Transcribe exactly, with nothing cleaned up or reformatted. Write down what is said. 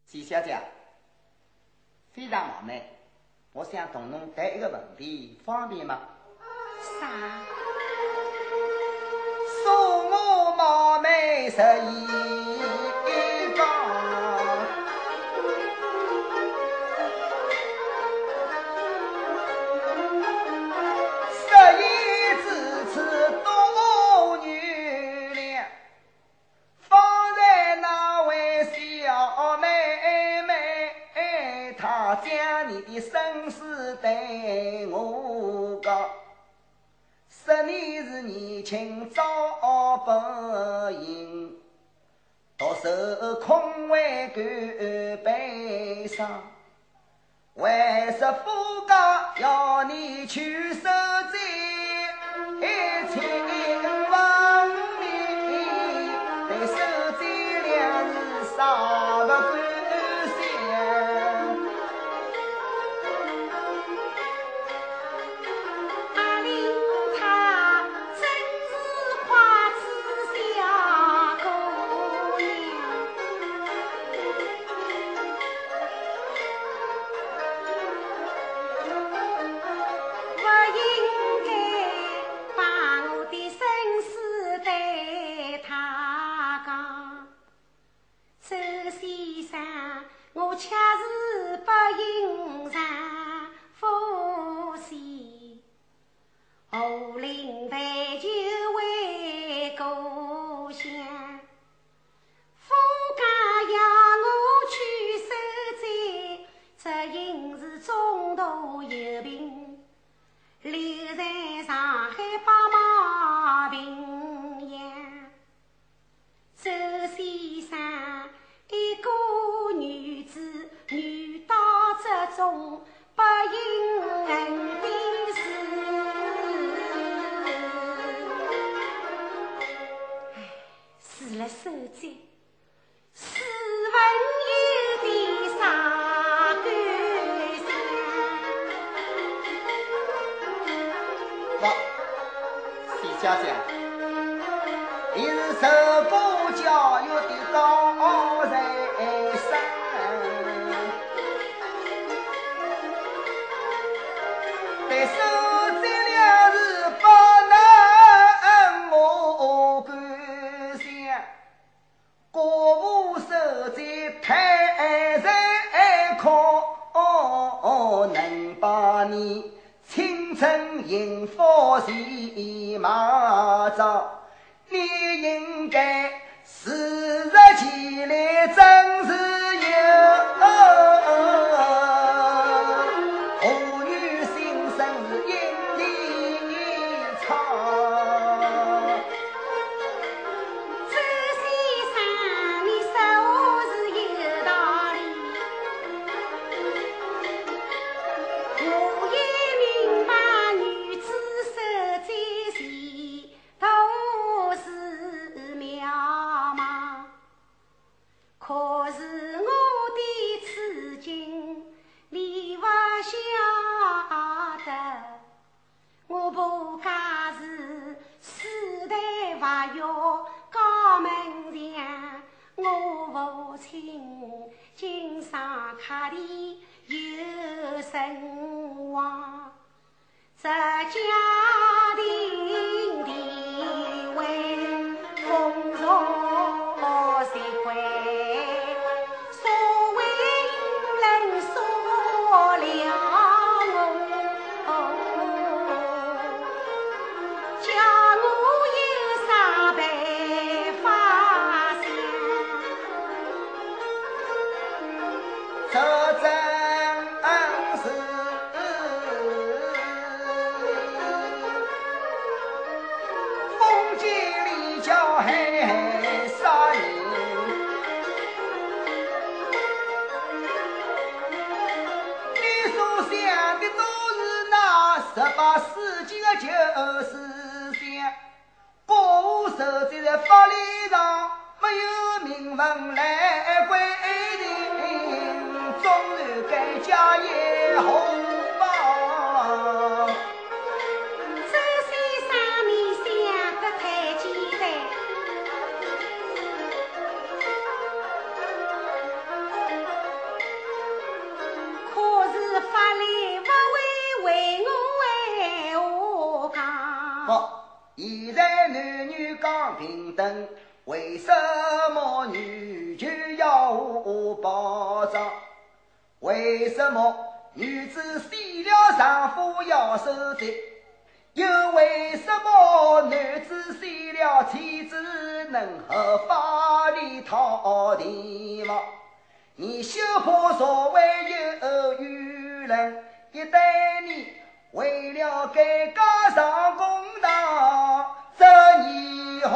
季小姐，非常冒昧，我想同侬谈一个问题，方便吗？ 啥？ 恕我冒昧实言讲，实言至此多原谅，方才那位小妹妹，她将你的身世对我讲。十年是年轻早不赢，独守空位感悲伤，为什夫家要你去守在秦王里，对守在两日杀不甘心。 我恰是不应上夫妻，后临陪酒为故乡，夫家要我去守在，只因是中途有病，留在上海帮忙平阳。周先生一个女子，女到这种不应恩的事。唉，死了受罪，试问有点啥感想？ 哇，徐小姐，你是受过教育的高人生，但守这两日不能我感想，国务守在太人可能把你青春迎佛前马照，你应该时日起来真是有妇女心声是因你唱。 周先生你说是有道理，我也明白女子守在前都是渺茫，可是我的处境你不晓得，我婆家是世代不要高门前，我父亲经商卡里有声望，这家庭地位丰荣社会，所谓人所了我，叫我有啥办法想？ 这真是封建礼教害杀人，你所想的都是那十八世纪的旧思想，国务守在法律上没有明文来规定，终然该家业红包。 周先生你想得太简单， 现在男女讲平等，为什么女就要保障？为什么女子死了丈夫要受罪？又为什么男子死了妻子能合法的讨地吗？你休怕所谓有愚人，一旦你为了给家上公道，这你